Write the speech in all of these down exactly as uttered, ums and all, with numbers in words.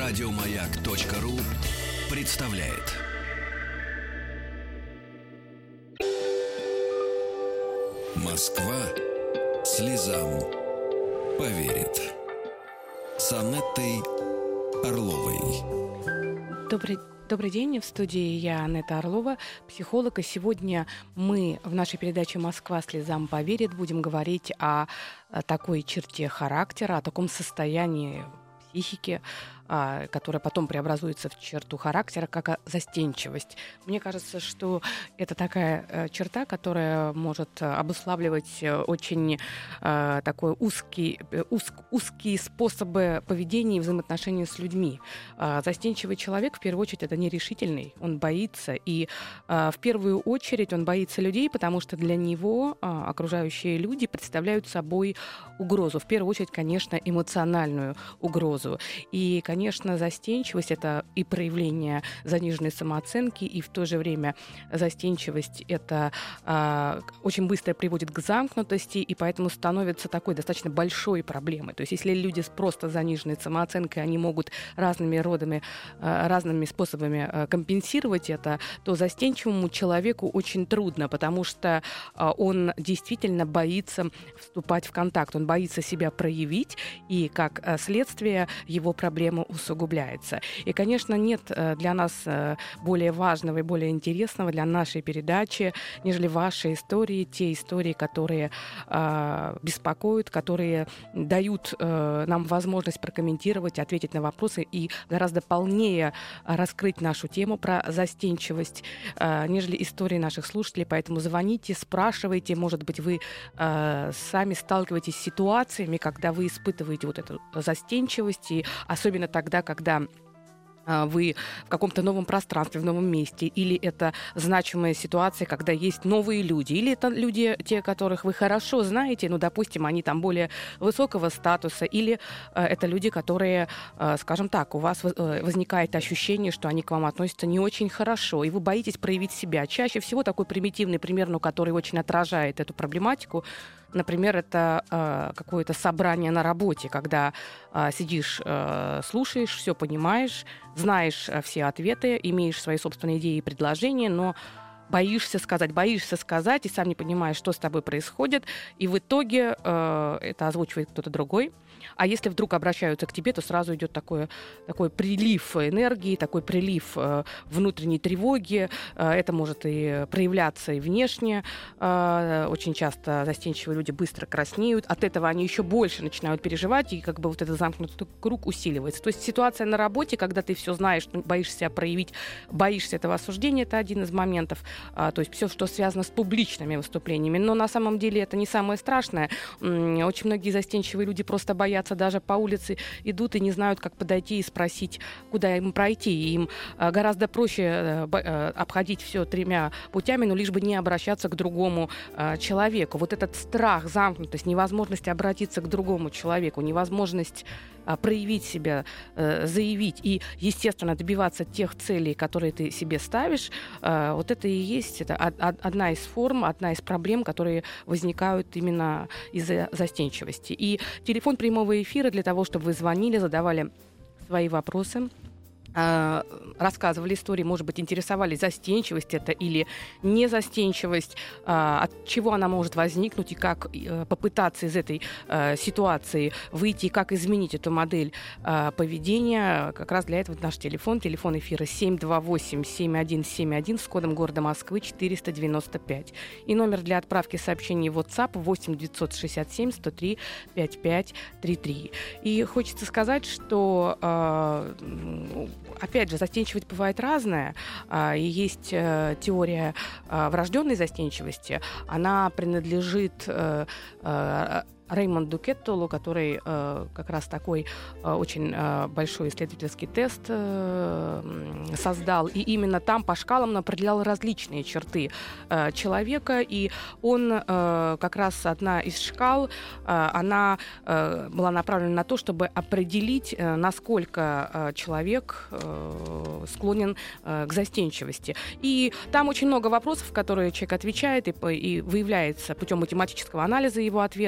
Радиомаяк.ру представляет. Москва слезам поверит. С Анеттой Орловой. Добрый Добрый день, в студии я, Анетта Орлова, психолог, и сегодня мы в нашей передаче «Москва слезам поверит» будем говорить о, о такой черте характера, о таком состоянии психики, а, которая потом преобразуется в черту характера, как застенчивость. Мне кажется, что это такая а, черта, которая может обуславливать очень а, такой узкий, уз, узкие способы поведения и взаимоотношений с людьми. А, застенчивый человек, в первую очередь, это нерешительный, он боится, и а, в первую очередь он боится людей, потому что для него а, окружающие люди представляют собой угрозу. В первую очередь, конечно, эмоциональную угрозу. И, конечно, застенчивость — это и проявление заниженной самооценки, и в то же время застенчивость — это э, очень быстро приводит к замкнутости, и поэтому становится такой достаточно большой проблемой. То есть если люди с просто заниженной самооценкой, они могут разными родами, э, разными способами э, компенсировать это, то застенчивому человеку очень трудно, потому что э, он действительно боится вступать в контакт, он боится себя проявить, и как э, следствие его проблема усугубляется. И, конечно, нет для нас более важного и более интересного для нашей передачи, нежели ваши истории, те истории, которые э, беспокоят, которые дают э, нам возможность прокомментировать, ответить на вопросы и гораздо полнее раскрыть нашу тему про застенчивость, э, нежели истории наших слушателей. Поэтому звоните, спрашивайте. Может быть, вы э, сами сталкиваетесь с ситуациями, когда вы испытываете вот эту застенчивость, и особенно тогда, когда вы в каком-то новом пространстве, в новом месте, или это значимая ситуация, когда есть новые люди, или это люди, те, которых вы хорошо знаете, ну, допустим, они там более высокого статуса, или э, это люди, которые, э, скажем так, у вас э, возникает ощущение, что они к вам относятся не очень хорошо, и вы боитесь проявить себя. Чаще всего такой примитивный пример, но который очень отражает эту проблематику, например, это э, какое-то собрание на работе, когда э, сидишь, э, слушаешь, все понимаешь, знаешь э, все ответы, имеешь свои собственные идеи и предложения, но боишься сказать, боишься сказать, и сам не понимаешь, что с тобой происходит, и в итоге э, это озвучивает кто-то другой. А если вдруг обращаются к тебе, то сразу идет такой, такой прилив энергии, такой прилив э, внутренней тревоги. Э, это может и проявляться и внешне. Э, очень часто застенчивые люди быстро краснеют. От этого они еще больше начинают переживать, и как бы вот этот замкнутый круг усиливается. То есть ситуация на работе, когда ты все знаешь, боишься себя проявить, боишься этого осуждения, это один из моментов. Э, то есть все, что связано с публичными выступлениями. Но на самом деле это не самое страшное. Очень многие застенчивые люди просто боятся, даже по улице идут и не знают, как подойти и спросить, куда им пройти. И им а, гораздо проще а, а, обходить все тремя путями, но лишь бы не обращаться к другому а, человеку. Вот этот страх, замкнутость, невозможность обратиться к другому человеку, невозможность а, проявить себя, а, заявить и, естественно, добиваться тех целей, которые ты себе ставишь, а, вот это и есть это одна из форм, одна из проблем, которые возникают именно из-за застенчивости. И телефон прямого эфира для того, чтобы вы звонили, задавали свои вопросы, рассказывали истории, может быть, интересовались, застенчивость это или не застенчивость, от чего она может возникнуть и как попытаться из этой ситуации выйти, и как изменить эту модель поведения. Как раз для этого наш телефон, телефон эфира семь два восемь семь один семь один с кодом города Москвы четыреста девяносто пять. И номер для отправки сообщений в WhatsApp восемь девятьсот шестьдесят семь сто три пятьдесят пять тридцать три. И хочется сказать, что опять же, застенчивость бывает разная, и есть теория врожденной застенчивости. Она принадлежит Реймонду Кеттеллу, который э, как раз такой э, очень э, большой исследовательский тест э, создал, и именно там по шкалам определял различные черты э, человека, и он э, как раз одна из шкал, э, она э, была направлена на то, чтобы определить, э, насколько э, человек э, склонен э, к застенчивости. И там очень много вопросов, которые человек отвечает, и, и выявляется путем математического анализа его ответов, но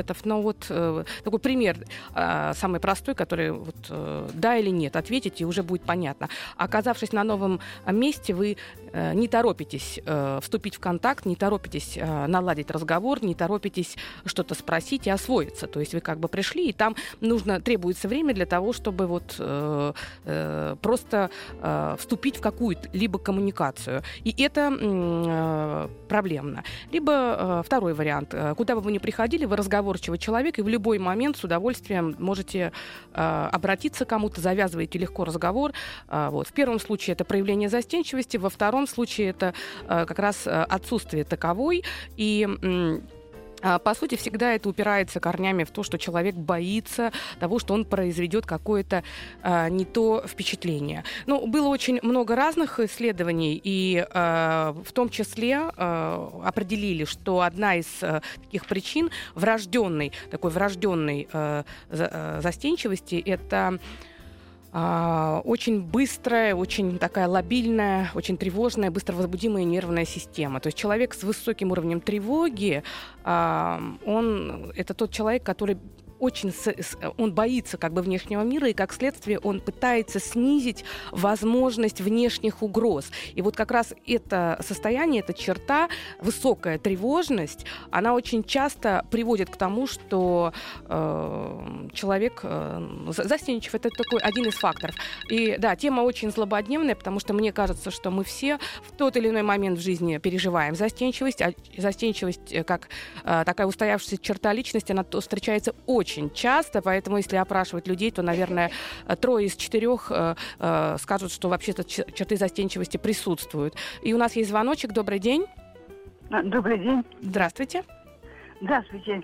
вот э, такой пример, э, самый простой, который вот, э, да или нет, ответите, и уже будет понятно. Оказавшись на новом месте, вы э, не торопитесь э, вступить в контакт, не торопитесь э, наладить разговор, не торопитесь что-то спросить и освоиться. То есть вы как бы пришли, и там нужно, требуется время для того, чтобы вот э, э, просто э, вступить в какую-то либо коммуникацию. И это э, проблемно. Либо э, второй вариант. Куда бы вы ни приходили, вы разговорчивый человек, и в любой момент с удовольствием можете э, обратиться к кому-то, завязываете легко разговор. Э, вот. В первом случае это проявление застенчивости, во втором случае это э, как раз отсутствие таковой. И м- по сути, всегда это упирается корнями в то, что человек боится того, что он произведет какое-то а, не то впечатление. Ну, было очень много разных исследований, и а, в том числе а, определили, что одна из а, таких причин врожденной, такой врожденной а, за, а, застенчивости — это Uh, очень быстрая, очень такая лобильная, очень тревожная, быстро возбудимая нервная система. То есть человек с высоким уровнем тревоги, uh, он, это тот человек, который очень он боится как бы внешнего мира, и как следствие он пытается снизить возможность внешних угроз. И вот как раз это состояние, эта черта, высокая тревожность, она очень часто приводит к тому, что э, человек э, застенчив. Это такой один из факторов. И да, тема очень злободневная, потому что мне кажется, что мы все в тот или иной момент в жизни переживаем застенчивость, а застенчивость как э, такая устоявшаяся черта личности, она встречается очень очень часто, поэтому если опрашивать людей, то, наверное, трое из четырех э, э, скажут, что вообще-то черты застенчивости присутствуют. И у нас есть звоночек. Добрый день. Добрый день. Здравствуйте. Здравствуйте.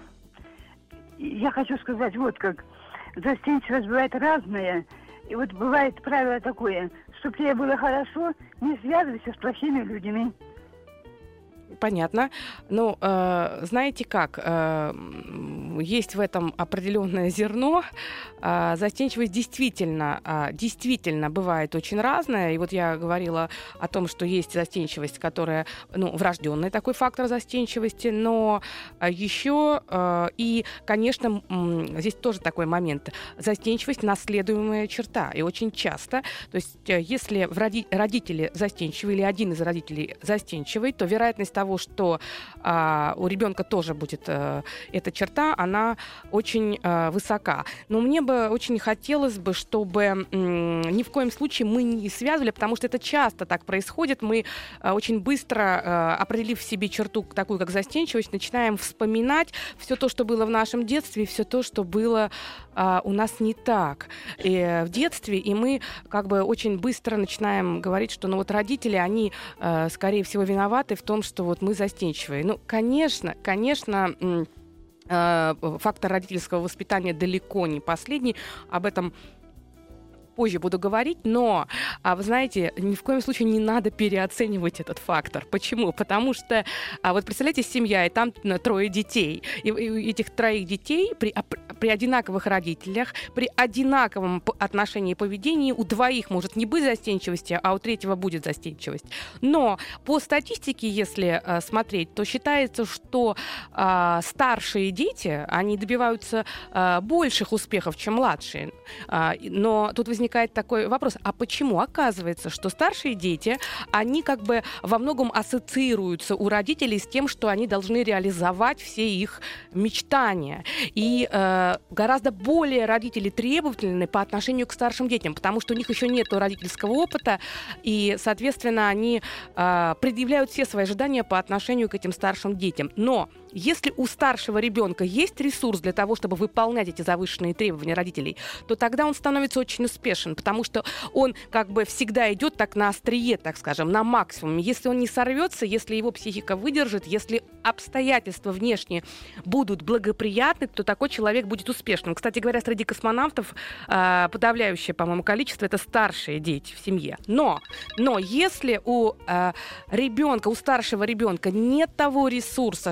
Я хочу сказать вот как. Застенчивость бывает разная. И вот бывает правило такое, чтобы тебе было хорошо, не связывайся с плохими людьми. Понятно. Ну, э, знаете как, э, есть в этом определенное зерно. Э, застенчивость действительно, э, действительно бывает очень разная. И вот я говорила о том, что есть застенчивость, которая, ну, врожденный такой фактор застенчивости, но еще э, и, конечно, э, здесь тоже такой момент. Застенчивость — наследуемая черта. И очень часто, то есть э, если в роди- родители застенчивы или один из родителей застенчивый, то вероятность того, что а, у ребенка тоже будет а, эта черта, она очень а, высока. Но мне бы очень хотелось бы, чтобы м, ни в коем случае мы не связывали, потому что это часто так происходит. Мы а, очень быстро, а, определив в себе черту такую, как застенчивость, начинаем вспоминать все то, что было в нашем детстве, и все то, что было а, у нас не так и в детстве. И мы как бы очень быстро начинаем говорить, что ну, вот родители, они, а, скорее всего, виноваты в том, что вот мы застенчивые. Ну, конечно, конечно, фактор родительского воспитания далеко не последний. Об этом позже буду говорить, но, а, вы знаете, ни в коем случае не надо переоценивать этот фактор. Почему? Потому что, а, вот представляете, семья, и там трое детей. И, и у этих троих детей при, при одинаковых родителях, при одинаковом отношении и поведении у двоих может не быть застенчивости, а у третьего будет застенчивость. Но по статистике, если а, смотреть, то считается, что а, старшие дети, они добиваются а, больших успехов, чем младшие. А, но тут возникает такой вопрос, а почему? Оказывается, что старшие дети, они как бы во многом ассоциируются у родителей с тем, что они должны реализовать все их мечтания. И э, гораздо более родители требовательны по отношению к старшим детям, потому что у них еще нет родительского опыта, и, соответственно, они э, предъявляют все свои ожидания по отношению к этим старшим детям. Но если у старшего ребенка есть ресурс для того, чтобы выполнять эти завышенные требования родителей, то тогда он становится очень успешен, потому что он как бы всегда идет так на острие, так скажем, на максимуме. Если он не сорвется, если его психика выдержит, если обстоятельства внешние будут благоприятны, то такой человек будет успешным. Кстати говоря, среди космонавтов э, подавляющее, по-моему, количество — это старшие дети в семье. Но, но если у э, ребенка, у старшего ребенка нет того ресурса, чтобы выполнить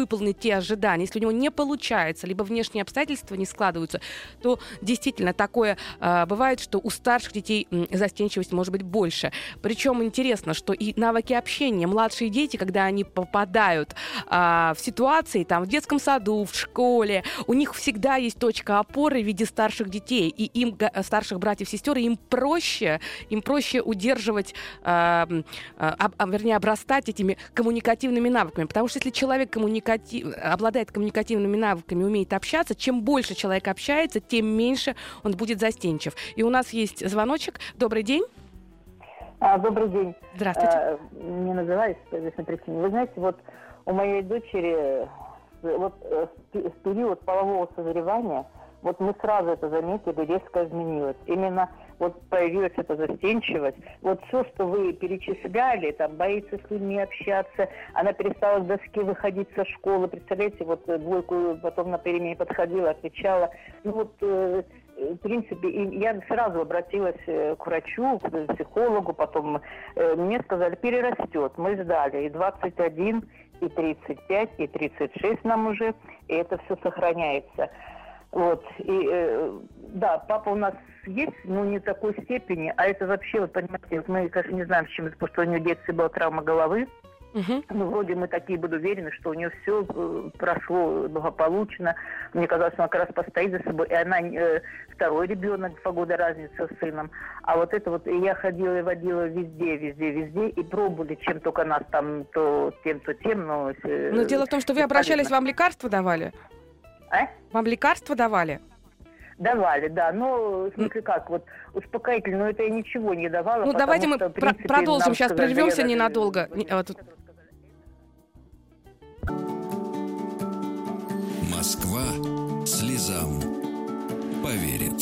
выполнить те ожидания, если у него не получается, либо внешние обстоятельства не складываются, то действительно такое э, бывает, что у старших детей м, застенчивость может быть больше. Причем интересно, что и навыки общения, младшие дети, когда они попадают э, в ситуации, там, в детском саду, в школе, у них всегда есть точка опоры в виде старших детей, и им, старших братьев и сестер, им проще, им проще удерживать, э, э, об, вернее, обрастать этими коммуникативными навыками. Потому что если человек коммуникатив, обладает коммуникативными навыками, умеет общаться, чем больше человек общается, тем меньше он будет застенчив. И у нас есть звоночек. Добрый день. А, добрый день. Здравствуйте. А, не называюсь по известной причине. Вы знаете, вот у моей дочери вот в период полового созревания, вот мы сразу это заметили, резко изменилось. Именно вот появилась эта застенчивость. Вот все, что вы перечисляли, там, боится с людьми общаться, она перестала с доски выходить со школы. Представляете, вот двойку потом на перемене подходила, отвечала. Ну вот, э, в принципе, и я сразу обратилась к врачу, к психологу, потом э, мне сказали, перерастет. Мы ждали и двадцать один, и тридцать пять, и тридцать шесть нам уже, и это все сохраняется. Вот, и, э, да, папа у нас есть, но не в такой степени, а это вообще, вот понимаете, мы, конечно, не знаем, с чем это, потому что у нее в детстве была травма головы. Uh-huh. Ну, вроде мы такие были уверены, что у нее все э, прошло благополучно. Мне казалось, что она как раз постоит за собой. И она э, второй ребенок, два года разница с сыном. А вот это вот, и я ходила и водила везде, везде, везде, и пробовали, чем только нас там, то тем, то тем. Но, э, но дело в том, что вы обращались, вам лекарства давали? А? Вам лекарства давали? Давали, да. Но, в смысле, как, вот успокоительно, но это я ничего не давала. Ну, давайте мы что, про- принципе, продолжим, сейчас сказали, прервемся да, ненадолго. да, да, Москва слезам поверит.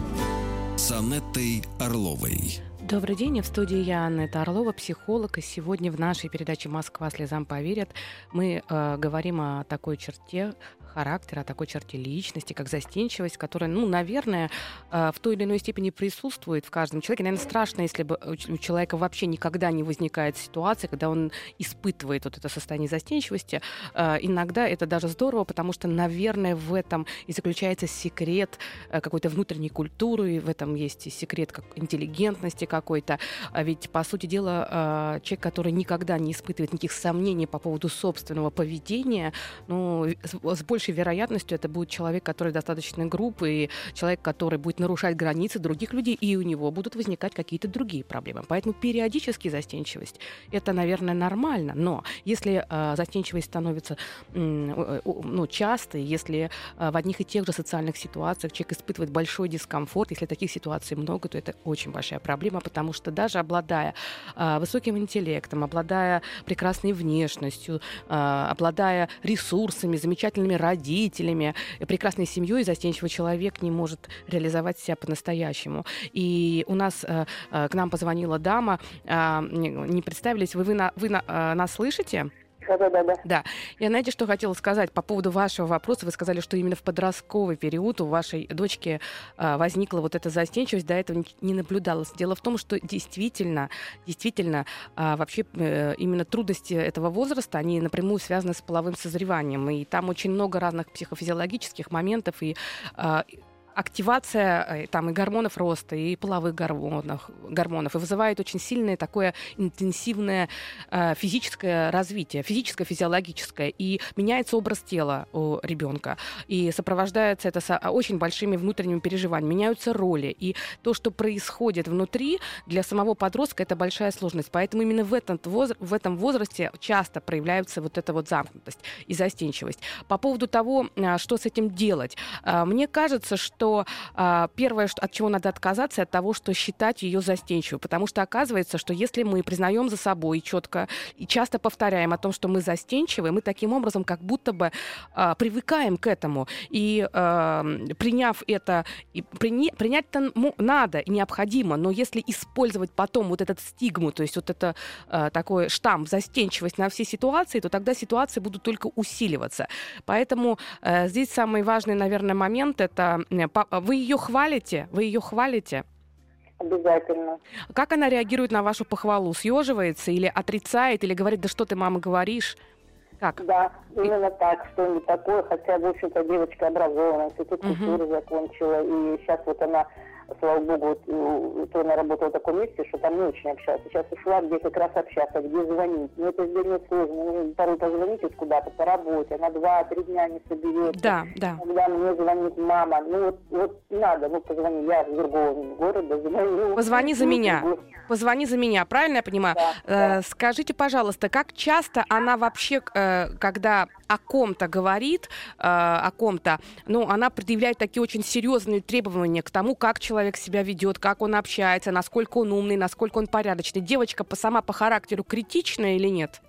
С Анеттой Орловой. Добрый день, в студии я, Анетта Орлова, психолог, и сегодня в нашей передаче «Москва слезам поверит» мы э, говорим о такой черте характера, о такой черте личности, как застенчивость, которая, ну, наверное, э, в той или иной степени присутствует в каждом человеке. Наверное, страшно, если бы у человека вообще никогда не возникает ситуация, когда он испытывает вот это состояние застенчивости. Э, иногда это даже здорово, потому что, наверное, в этом и заключается секрет э, какой-то внутренней культуры, и в этом есть и секрет как интеллигентности, как какой-то. Ведь, по сути дела, человек, который никогда не испытывает никаких сомнений по поводу собственного поведения, ну, с большей вероятностью это будет человек, который достаточно грубый, и человек, который будет нарушать границы других людей, и у него будут возникать какие-то другие проблемы. Поэтому периодически застенчивость — это, наверное, нормально. Но если э, застенчивость становится э, ну, частой, если э, в одних и тех же социальных ситуациях человек испытывает большой дискомфорт, если таких ситуаций много, то это очень большая проблема, потому что даже обладая э, высоким интеллектом, обладая прекрасной внешностью, э, обладая ресурсами, замечательными родителями, прекрасной семьей, застенчивый человек не может реализовать себя по-настоящему. И у нас э, э, к нам позвонила дама, э, не, не представились, вы, вы, на, вы на, э, нас слышите? Да-да-да. Да. Я, знаете, что хотела сказать по поводу вашего вопроса. Вы сказали, что именно в подростковый период у вашей дочки а, возникла вот эта застенчивость, до этого не наблюдалось. Дело в том, что действительно, действительно, а, вообще э, именно трудности этого возраста, они напрямую связаны с половым созреванием. И там очень много разных психофизиологических моментов, и а, активация там и гормонов роста, и половых гормонов, гормонов и вызывает очень сильное такое интенсивное э, физическое развитие, физическое, физиологическое, и меняется образ тела у ребенка, и сопровождается это со очень большими внутренними переживаниями, меняются роли, и то, что происходит внутри, для самого подростка это большая сложность, поэтому именно в этом, в этом возрасте часто проявляется вот эта вот замкнутость и застенчивость. По поводу того, что с этим делать, мне кажется, что что а, первое, что, от чего надо отказаться, от того, что считать ее застенчивой. Потому что оказывается, что если мы признаем за собой четко и часто повторяем о том, что мы застенчивы, мы таким образом как будто бы а, привыкаем к этому. И а, приняв это, и при, принять-то надо и необходимо, но если использовать потом вот этот стигму, то есть вот это а, такой штамп застенчивость на все ситуации, то тогда ситуации будут только усиливаться. Поэтому а, здесь самый важный, наверное, момент — это вы ее хвалите? Вы ее хвалите? Обязательно. Как она реагирует на вашу похвалу? Съеживается или отрицает, или говорит, да что ты, мама, говоришь? Как? Да, именно так, что-нибудь такое, хотя, в общем-то, девочка образованная, институт Мгм. культуры закончила, и сейчас вот она, слава богу, вот, э, то она работала в таком месте, что там не очень общалась. Сейчас ушла, где как раз общаться, где звонить. Ну, это сделать сложно. Ну, порой позвонить вот куда-то по работе, она два-три дня не соберется. Да, да. Когда мне звонит мама, ну вот, вот надо, ну позвони, я с другого города звоню. Позвони за Ну, меня. вот. Позвони за меня, правильно я понимаю? Да, Э, да. Скажите, пожалуйста, как часто она вообще, э, когда о ком-то говорит, э, о ком-то, ну, она предъявляет такие очень серьезные требования к тому, как человек себя ведет, как он общается, насколько он умный, насколько он порядочный. Девочка по, сама по характеру критичная или нет?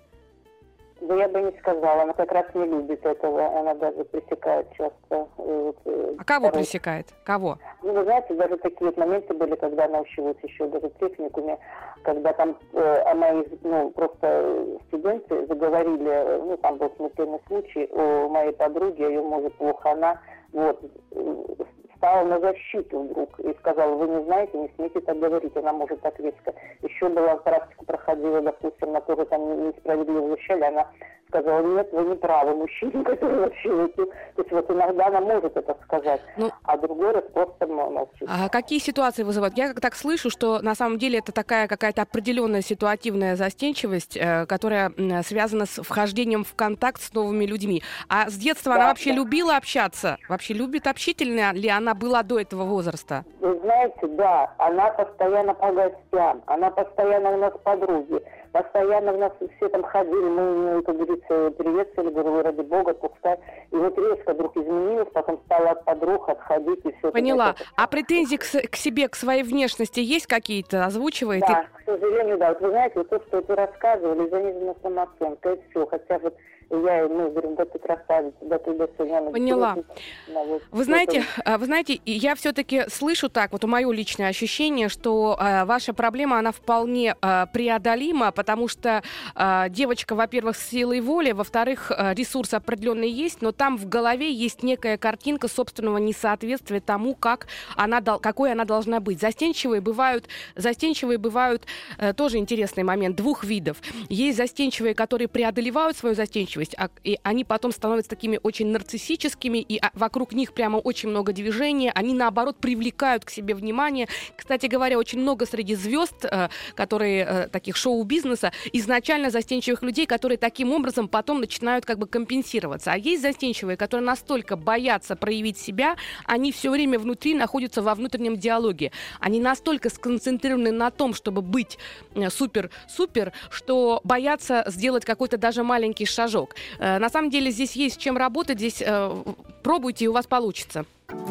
Да я бы не сказала, она как раз не любит этого, она даже пресекает часто. э, вот, э, А кого порой. пресекает? Кого? Ну, вы знаете, даже такие вот моменты были, когда она училась еще даже в техникуме, когда там э, о моих, ну, просто э, студенты заговорили, э, ну, там был смертельный случай у моей подруги, ее мужу плохо, она вот э, стала на защиту вдруг и сказала: вы не знаете, не смейте так говорить, она может так резко. Еще была практика, проходила, допустим, на тоже там несправедливо защищали, она сказала: нет, вы не правы, мужчина, который вообще вот, то есть вот иногда она может это сказать, Ну, а другой раз просто молчит. А какие ситуации вызывают? Я как так слышу, что на самом деле это такая какая-то определенная ситуативная застенчивость, э, которая м, связана с вхождением в контакт с новыми людьми. А с детства Да, она вообще да. любила общаться? Вообще любит общительная ли она была до этого возраста? Вы знаете, да, она постоянно по гостям, она постоянно у нас подруги, постоянно у нас все там ходили, мы, ну, как говорится, приветствовали, говорили: ради бога, пускай. И вот резко вдруг изменилась, потом стала от подруг отходить и все. Поняла. А претензии к, с- к себе, к своей внешности есть какие-то? Озвучиваете? Да, к сожалению, да. Вот вы знаете, вот то, что вы рассказывали, заниженная самооценка, и все. Хотя вот я, ну, говорю: да ты красавица, да ты до сегодня. Поняла. Вы знаете, а, вы знаете, и я все-таки слышу так, вот мое личное ощущение, что а, ваша проблема, она вполне а, преодолима, потому что а, девочка, во-первых, с силой воли, во-вторых, а, ресурсы определенные есть, но там в голове есть некая картинка собственного несоответствия тому, как она, дол- какой она должна быть. Застенчивые бывают, застенчивые бывают, э, тоже интересный момент, двух видов. Есть застенчивые, которые преодолевают свою застенчивость, а, и они потом становятся такими очень нарциссическими, и а, вокруг них прямо очень много движения, они, наоборот, привлекают к себе внимание. Кстати говоря, очень много среди звезд, э, которые э, таких шоу-бизнеса, изначально застенчивых людей, которые таким образом потом начинают как бы компенсироваться. А есть застенчивые, которые настолько боятся проявить себя, они все время внутри находятся во внутреннем диалоге. Они настолько сконцентрированы на том, чтобы быть э, супер-супер, что боятся сделать какой-то даже маленький шажок. Э, на самом деле здесь есть с чем работать, здесь э, пробуйте, и у вас получится.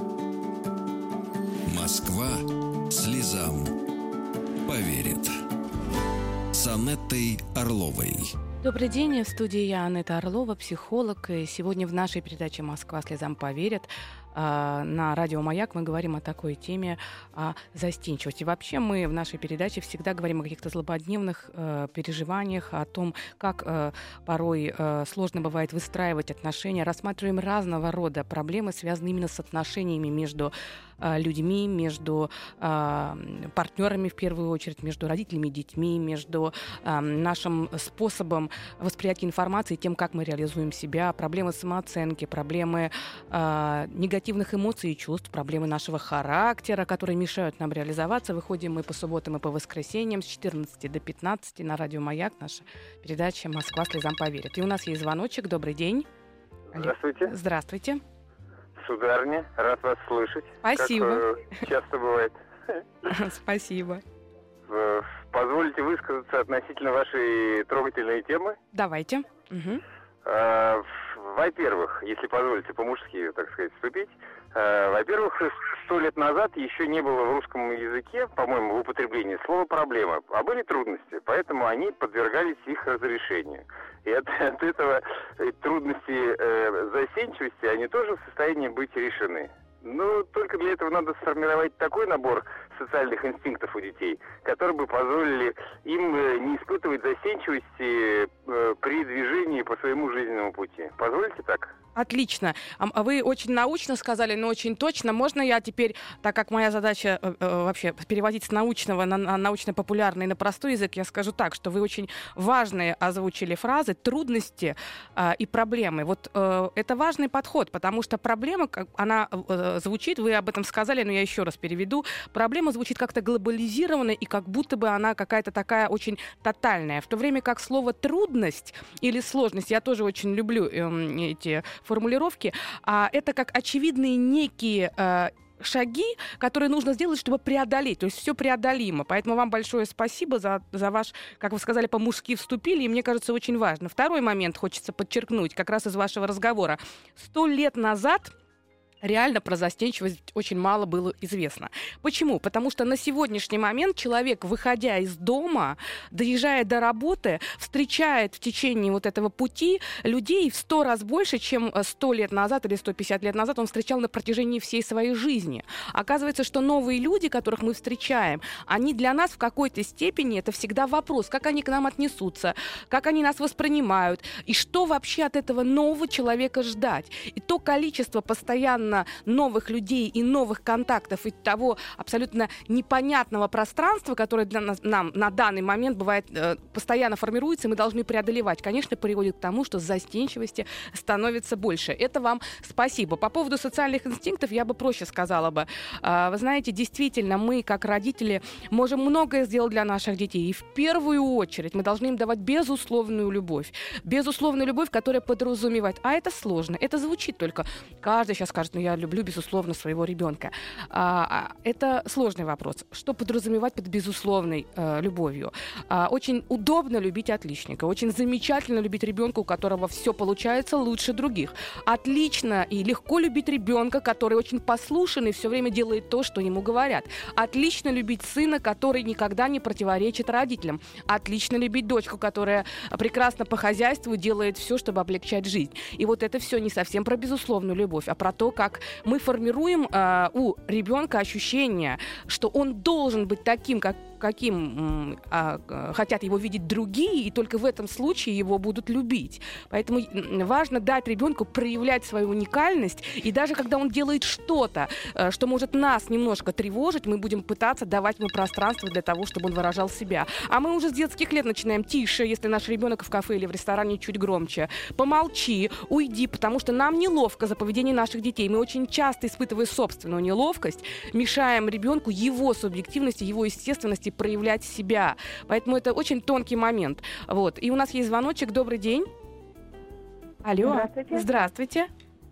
Москва слезам поверит. С Анеттой Орловой. Добрый день, в студии я, Анетта Орлова, психолог. И сегодня в нашей передаче «Москва слезам поверит» на радио «Маяк» мы говорим о такой теме, о застенчивости. Вообще мы в нашей передаче всегда говорим о каких-то злободневных э, переживаниях, о том, как э, порой э, сложно бывает выстраивать отношения. Рассматриваем разного рода проблемы, связанные именно с отношениями между э, людьми, между э, партнерами в первую очередь, между родителями и детьми, между э, нашим способом восприятия информации, тем, как мы реализуем себя, проблемы самооценки, проблемы э, негативных эмоций и чувств, проблемы нашего характера, которые мешают нам реализоваться. Выходим мы по субботам и по воскресеньям с четырнадцати до пятнадцати на радио «Маяк». Наша передача «Москва слезам поверит». И у нас есть звоночек. Добрый день. Здравствуйте. Здравствуйте. Сударыня, рад вас слышать. Спасибо. Как э, часто бывает. Спасибо. Э, Позвольте высказаться относительно вашей трогательной темы. Давайте. Угу. Э, Во-первых, если позволите по-мужски, так сказать, вступить. э, Во-первых, сто лет назад еще не было в русском языке, по-моему, в употреблении слова «проблема», а были трудности, поэтому они подвергались их разрешению. И от, от этого э, трудности э, застенчивости, они тоже в состоянии быть решены. Ну, только для этого надо сформировать такой набор социальных инстинктов у детей, которые бы позволили им не испытывать застенчивости при движении по своему жизненному пути. Позвольте так? Отлично. А вы очень научно сказали, но очень точно. Можно я теперь, так как моя задача э, э, вообще переводить с научного на, на научно-популярный, на простой язык, я скажу так, что вы очень важные озвучили фразы, трудности э, и проблемы. Вот э, это важный подход, потому что проблема, как, она э, звучит, вы об этом сказали, но я еще раз переведу, проблема звучит как-то глобализированно и как будто бы она какая-то такая очень тотальная. В то время как слово «трудность» или «сложность», я тоже очень люблю э, эти формулировки, а это как очевидные некие э, шаги, которые нужно сделать, чтобы преодолеть. То есть все преодолимо. Поэтому вам большое спасибо за, за ваш, как вы сказали, по-мужски вступили, и мне кажется, очень важно. Второй момент хочется подчеркнуть, как раз из вашего разговора. Сто лет назад реально про застенчивость очень мало было известно. Почему? Потому что на сегодняшний момент человек, выходя из дома, доезжая до работы, встречает в течение вот этого пути людей в сто раз больше, чем сто лет назад или сто пятьдесят лет назад он встречал на протяжении всей своей жизни. Оказывается, что новые люди, которых мы встречаем, они для нас в какой-то степени, это всегда вопрос, как они к нам отнесутся, как они нас воспринимают, и что вообще от этого нового человека ждать. И то количество постоянно новых людей и новых контактов и того абсолютно непонятного пространства, которое для нас, нам на данный момент бывает э, постоянно формируется, и мы должны преодолевать, конечно, приводит к тому, что застенчивости становится больше. Это вам спасибо. По поводу социальных инстинктов я бы проще сказала бы. Э, вы знаете, действительно, мы, как родители, можем многое сделать для наших детей. И в первую очередь мы должны им давать безусловную любовь. Безусловную любовь, которая подразумевает. А это сложно. Это звучит только. Каждый сейчас скажет, я люблю, безусловно, своего ребенка. А, это сложный вопрос. Что подразумевать под безусловной а, любовью? А, очень удобно любить отличника. Очень замечательно любить ребенка, у которого все получается лучше других. Отлично и легко любить ребенка, который очень послушен и все время делает то, что ему говорят. Отлично любить сына, который никогда не противоречит родителям. Отлично любить дочку, которая прекрасно по хозяйству делает все, чтобы облегчать жизнь. И вот это все не совсем про безусловную любовь, а про то, как мы формируем э, у ребенка ощущение, что он должен быть таким, как каким э, хотят его видеть другие, и только в этом случае его будут любить. Поэтому важно дать ребенку проявлять свою уникальность, и даже когда он делает что-то, э, что может нас немножко тревожить, мы будем пытаться давать ему пространство для того, чтобы он выражал себя. А мы уже с детских лет начинаем: тише, если наш ребенок в кафе или в ресторане, чуть громче. Помолчи, уйди, потому что нам неловко за поведение наших детей. Мы очень часто, испытывая собственную неловкость, мешаем ребенку его субъективности, его естественности проявлять себя. Поэтому это очень тонкий момент. Вот. И у нас есть звоночек. Добрый день. Алло. Здравствуйте. Здравствуйте.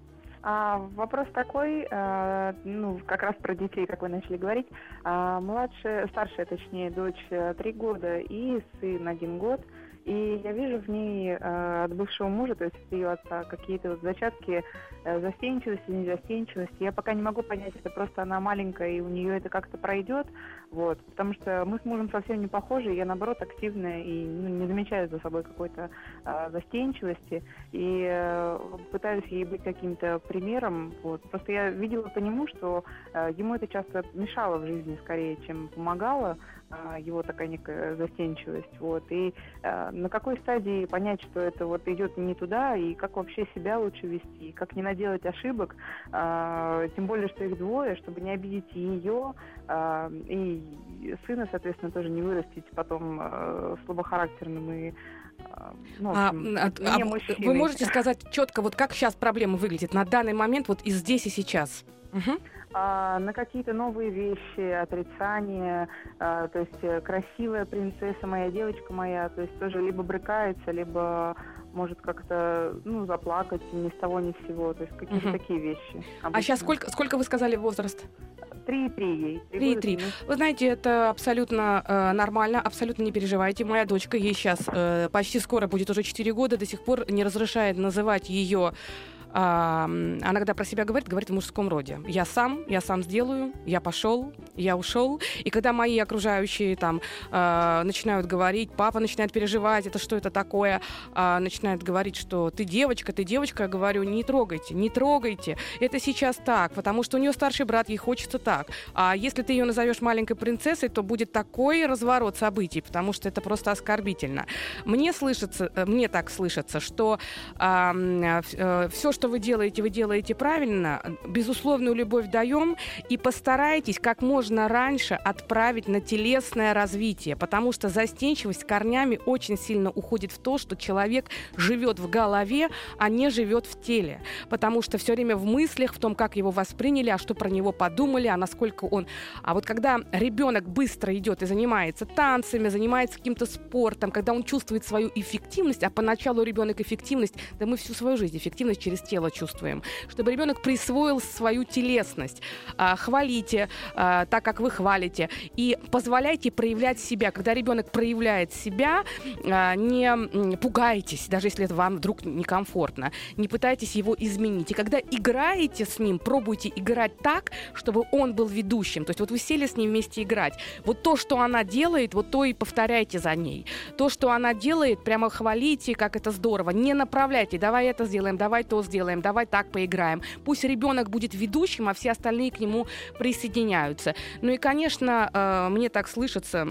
А, вопрос такой, а, ну, как раз про детей, как вы начали говорить. А, младшая, старшая, точнее, дочь три года и сын один год. И я вижу в ней э, от бывшего мужа, то есть от ее отца, какие-то вот зачатки э, застенчивости, незастенчивости. Я пока не могу понять, это просто она маленькая, и у нее это как-то пройдет. Вот, потому что мы с мужем совсем не похожи, я, наоборот, активная и ну, не замечаю за собой какой-то э, застенчивости. И э, пытаюсь ей быть каким-то примером. Вот. Просто я видела по нему, что э, ему это часто мешало в жизни скорее, чем помогало. Его такая некая застенчивость, вот, и э, на какой стадии понять, что это вот идет не туда, и как вообще себя лучше вести, как не наделать ошибок, э, тем более, что их двое, чтобы не обидеть и ее, э, и сына, соответственно, тоже не вырастить потом э, слабохарактерным и ну, а, общем, а, а вы можете сказать четко, вот как сейчас проблема выглядит на данный момент, вот и здесь, и сейчас? Угу. А, на какие-то новые вещи, отрицания, а, то есть красивая принцесса моя, девочка моя, то есть тоже либо брыкается, либо может как-то, ну, заплакать ни с того ни с сего, то есть какие-то угу. такие вещи. Обычно. А сейчас сколько, сколько вы сказали возраст? Три и три ей. Три и три. Вы знаете, это абсолютно э, нормально, абсолютно не переживайте. Моя дочка, ей сейчас э, почти скоро будет уже четыре года, до сих пор не разрешает называть ее а, она когда про себя говорит, говорит в мужском роде. Я сам, я сам сделаю, я пошел, я ушел. И когда мои окружающие там а, начинают говорить, папа начинает переживать, это что это такое, а, начинает говорить, что ты девочка, ты девочка, я говорю, не трогайте, не трогайте. Это сейчас так, потому что у нее старший брат, ей хочется так. А если ты ее назовешь маленькой принцессой, то будет такой разворот событий, потому что это просто оскорбительно. Мне слышится, мне так слышится, что а, а, все, что вы делаете, вы делаете правильно, безусловную любовь даем, и постарайтесь как можно раньше отправить на телесное развитие, потому что застенчивость корнями очень сильно уходит в то, что человек живет в голове, а не живет в теле, потому что все время в мыслях, в том, как его восприняли, а что про него подумали, а насколько он... А вот когда ребенок быстро идет и занимается танцами, занимается каким-то спортом, когда он чувствует свою эффективность, а поначалу ребенок эффективность, да мы всю свою жизнь эффективность через тело чувствуем, чтобы ребенок присвоил свою телесность. А, хвалите а, так, как вы хвалите, и позволяйте проявлять себя. Когда ребенок проявляет себя, а, не пугайтесь, даже если это вам вдруг некомфортно, не пытайтесь его изменить. И когда играете с ним, пробуйте играть так, чтобы он был ведущим. То есть вот вы сели с ним вместе играть. Вот то, что она делает, вот то и повторяйте за ней. То, что она делает, прямо хвалите, как это здорово. Не направляйте, давай это сделаем, давай то сделаем, давай так поиграем. Пусть ребенок будет ведущим, а все остальные к нему присоединяются. Ну и, конечно, мне так слышится...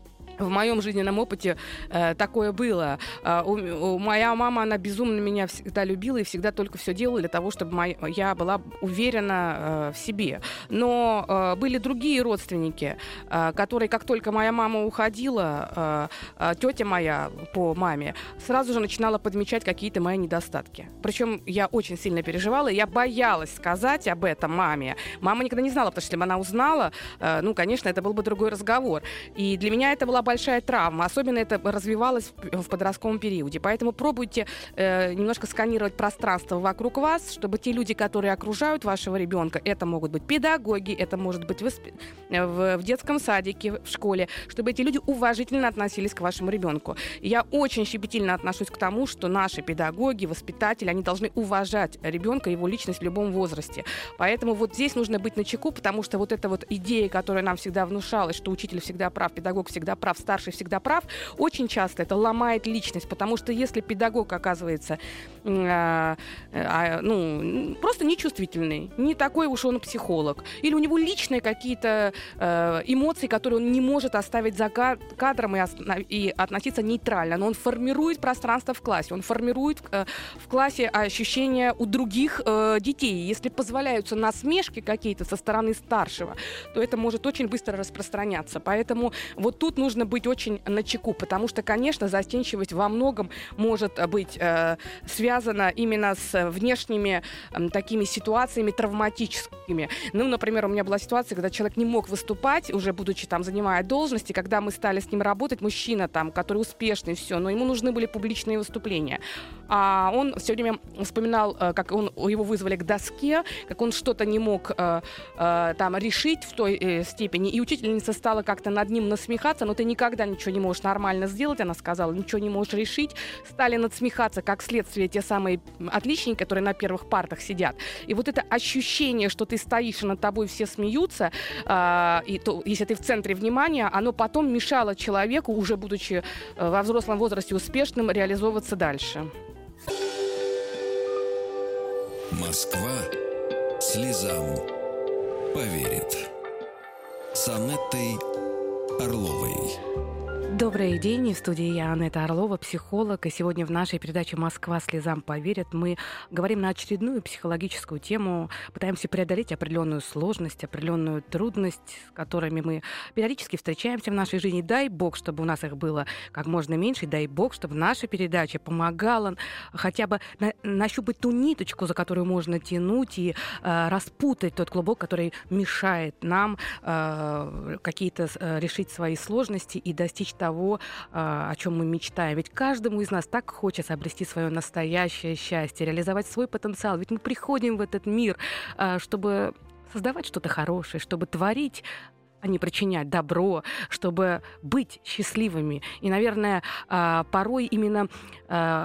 В моем жизненном опыте э, такое было. Э, у, у, моя мама, она безумно меня всегда любила и всегда только все делала для того, чтобы моя, я была уверена э, в себе. Но э, были другие родственники, э, которые, как только моя мама уходила, э, э, тетя моя по маме сразу же начинала подмечать какие-то мои недостатки. Причем я очень сильно переживала, и я боялась сказать об этом маме. Мама никогда не знала, потому что если бы она узнала, э, ну, конечно, это был бы другой разговор. И для меня это была большая травма. Особенно это развивалось в подростковом периоде. Поэтому пробуйте э, немножко сканировать пространство вокруг вас, чтобы те люди, которые окружают вашего ребенка, это могут быть педагоги, это может быть восп... в, в детском садике, в школе, чтобы эти люди уважительно относились к вашему ребенку. И я очень щепетильно отношусь к тому, что наши педагоги, воспитатели, они должны уважать ребенка, его личность в любом возрасте. Поэтому вот здесь нужно быть начеку, потому что вот эта вот идея, которая нам всегда внушалась, что учитель всегда прав, педагог всегда прав, старший всегда прав, очень часто это ломает личность, потому что если педагог оказывается э, э, ну, просто нечувствительный, не такой уж он психолог, или у него личные какие-то э, эмоции, которые он не может оставить за кадром и, и относиться нейтрально, но он формирует пространство в классе, он формирует э, в классе ощущения у других э, детей. Если позволяются насмешки какие-то со стороны старшего, то это может очень быстро распространяться. Поэтому вот тут нужно быть очень начеку, потому что, конечно, застенчивость во многом может быть э, связана именно с внешними э, такими ситуациями травматическими. Ну, например, у меня была ситуация, когда человек не мог выступать, уже будучи там, занимая должности, когда мы стали с ним работать, мужчина там, который успешный, все, но ему нужны были публичные выступления. А он все время вспоминал, э, как он, его вызвали к доске, как он что-то не мог э, э, там решить в той э, степени, и учительница стала как-то над ним насмехаться, но ты никогда ничего не можешь нормально сделать, она сказала, ничего не можешь решить. Стали надсмехаться, как следствие, те самые отличники, которые на первых партах сидят. И вот это ощущение, что ты стоишь, и над тобой все смеются, э, и то, если ты в центре внимания, оно потом мешало человеку, уже будучи э, во взрослом возрасте успешным, реализовываться дальше. Москва слезам поверит. С Анеттой Орловой. Добрый день, в студии я, Анетта Орлова, психолог, и сегодня в нашей передаче «Москва слезам поверит» мы говорим на очередную психологическую тему, пытаемся преодолеть определенную сложность, определенную трудность, с которыми мы периодически встречаемся в нашей жизни. Дай Бог, чтобы у нас их было как можно меньше, дай Бог, чтобы наша передача помогала хотя бы на- нащупать ту ниточку, за которую можно тянуть, и э, распутать тот клубок, который мешает нам э, какие-то э, решить свои сложности и достичь того, о чем мы мечтаем. Ведь каждому из нас так хочется обрести свое настоящее счастье, реализовать свой потенциал. Ведь мы приходим в этот мир, чтобы создавать что-то хорошее, чтобы творить, а не причинять добро, чтобы быть счастливыми. И, наверное, порой именно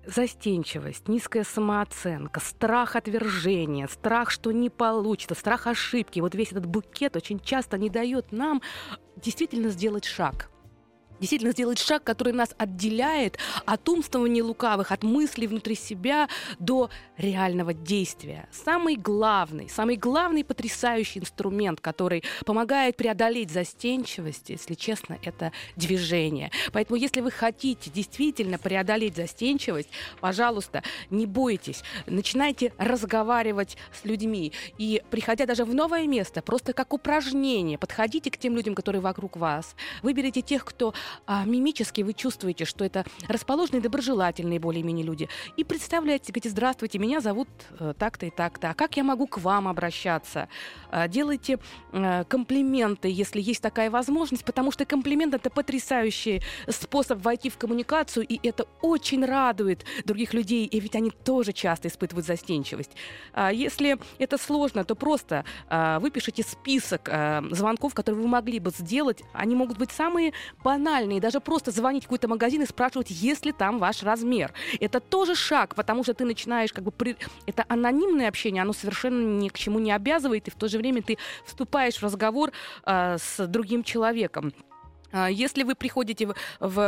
Застенчивость, низкая самооценка, страх отвержения, страх, что не получится, страх ошибки. Вот весь этот букет очень часто не дает нам действительно сделать шаг. Действительно сделать шаг, который нас отделяет от умствований лукавых, от мыслей внутри себя до реального действия. Самый главный, самый главный потрясающий инструмент, который помогает преодолеть застенчивость, если честно, это движение. Поэтому, если вы хотите действительно преодолеть застенчивость, пожалуйста, не бойтесь, начинайте разговаривать с людьми. И, приходя даже в новое место, просто как упражнение, подходите к тем людям, которые вокруг вас, выберите тех, кто А мимически вы чувствуете, что это расположенные, доброжелательные более-менее люди. И представляете, говорите: здравствуйте, меня зовут э, так-то и так-то. А как я могу к вам обращаться? Э, делайте э, комплименты, если есть такая возможность, потому что комплимент — это потрясающий способ войти в коммуникацию, и это очень радует других людей, и ведь они тоже часто испытывают застенчивость. А если это сложно, то просто э, выпишите список э, звонков, которые вы могли бы сделать. Они могут быть самые банальные, и даже просто звонить в какой-то магазин и спрашивать, есть ли там ваш размер. Это тоже шаг, потому что ты начинаешь как бы... При... Это анонимное общение, оно совершенно ни к чему не обязывает, и в то же время ты вступаешь в разговор э, с другим человеком. Если вы приходите в,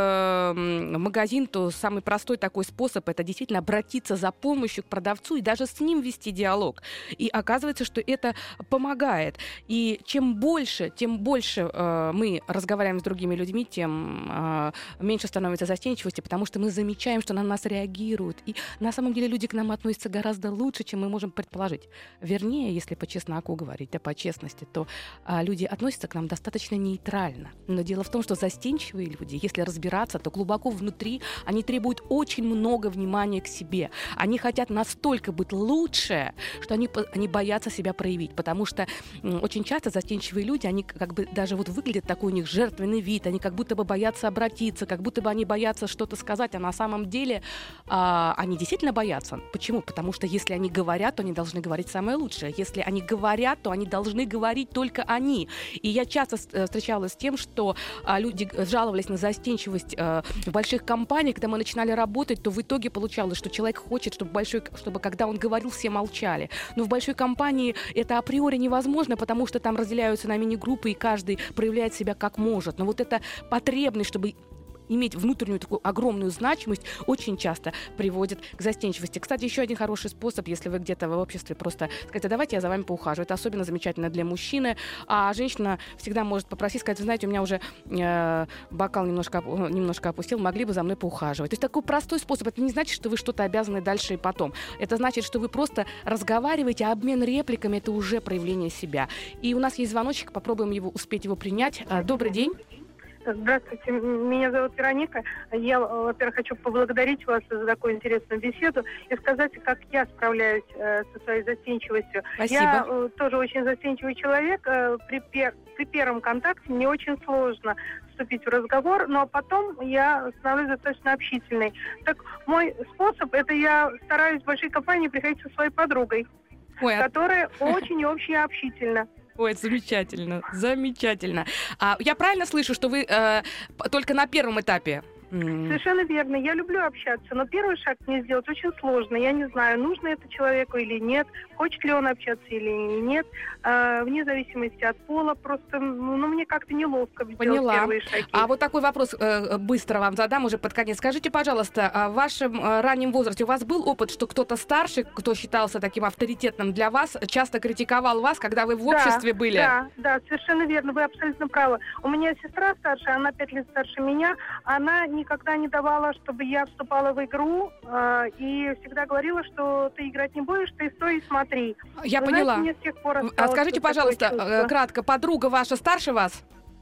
в магазин, то самый простой такой способ — это действительно обратиться за помощью к продавцу и даже с ним вести диалог. И оказывается, что это помогает. И чем больше, тем больше э, мы разговариваем с другими людьми, тем э, меньше становится застенчивости, потому что мы замечаем, что на нас реагируют. И на самом деле люди к нам относятся гораздо лучше, чем мы можем предположить. Вернее, если по чесноку говорить, да, по честности, то э, люди относятся к нам достаточно нейтрально. Но дело в том, что застенчивые люди, если разбираться, то глубоко внутри они требуют очень много внимания к себе. Они хотят настолько быть лучше, что они, они боятся себя проявить. Потому что м, очень часто застенчивые люди, они как бы даже вот выглядят такой у них жертвенный вид, они как будто бы боятся обратиться, как будто бы они боятся что-то сказать, а на самом деле а, они действительно боятся. Почему? Потому что если они говорят, то они должны говорить самое лучшее. Если они говорят, то они должны говорить только они. И я часто встречалась с тем, что а люди жаловались на застенчивость э, в больших компаниях. Когда мы начинали работать, то в итоге получалось, что человек хочет, чтобы, большой, чтобы когда он говорил, все молчали. Но в большой компании это априори невозможно, потому что там разделяются на мини-группы, и каждый проявляет себя как может. Но вот эта потребность, чтобы иметь внутреннюю такую огромную значимость, очень часто приводит к застенчивости. Кстати, еще один хороший способ, если вы где-то в обществе просто сказать: а давайте я за вами поухаживаю. Это особенно замечательно для мужчины. А женщина всегда может попросить, сказать: вы знаете, у меня уже э, бокал немножко, немножко опустил, могли бы за мной поухаживать. То есть такой простой способ. Это не значит, что вы что-то обязаны дальше и потом. Это значит, что вы просто разговариваете, а обмен репликами — это уже проявление себя. И у нас есть звоночек, попробуем его, успеть его принять. Добрый день. Здравствуйте, меня зовут Вероника. Я, во-первых, хочу поблагодарить вас за такую интересную беседу и сказать, как я справляюсь э, со своей застенчивостью. Спасибо. Я э, тоже очень застенчивый человек. Э, при, пер- при первом контакте мне очень сложно вступить в разговор, но потом я становлюсь достаточно общительной. Так мой способ — это я стараюсь в большой компании приходить со своей подругой, Ой, которая а... очень и очень общительна. Ой, замечательно, замечательно. А я правильно слышу, что вы э, только на первом этапе? Совершенно верно. Я люблю общаться, но первый шаг мне сделать очень сложно. Я не знаю, нужно это человеку или нет, хочет ли он общаться или нет, э, вне зависимости от пола. Просто, ну, мне как-то неловко сделать Поняла. Первые шаги. А вот такой вопрос э, быстро вам задам уже под конец. Скажите, пожалуйста, в вашем э, раннем возрасте у вас был опыт, что кто-то старший, кто считался таким авторитетным для вас, часто критиковал вас, когда вы в да, обществе были? Да, да, совершенно верно. Вы абсолютно правы. У меня сестра старшая, она пять лет старше меня. Она никогда не давала, чтобы я вступала в игру, э, и всегда говорила, что ты играть не будешь, ты стой и смотри. Я Вы поняла. Знаете, мне с тех пор а скажите, пожалуйста, кратко, подруга ваша старше вас?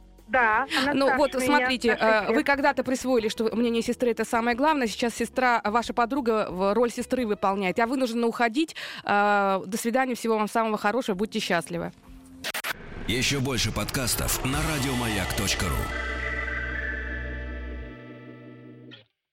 Да, она Ну вот, меня, смотрите, э, вы когда-то присвоили, что мнение сестры — это самое главное. Сейчас сестра, ваша подруга, в роль сестры выполняет. Я вынуждена уходить. Э, до свидания, всего вам самого хорошего. Будьте счастливы. Еще больше подкастов на радиомаяк точка ру.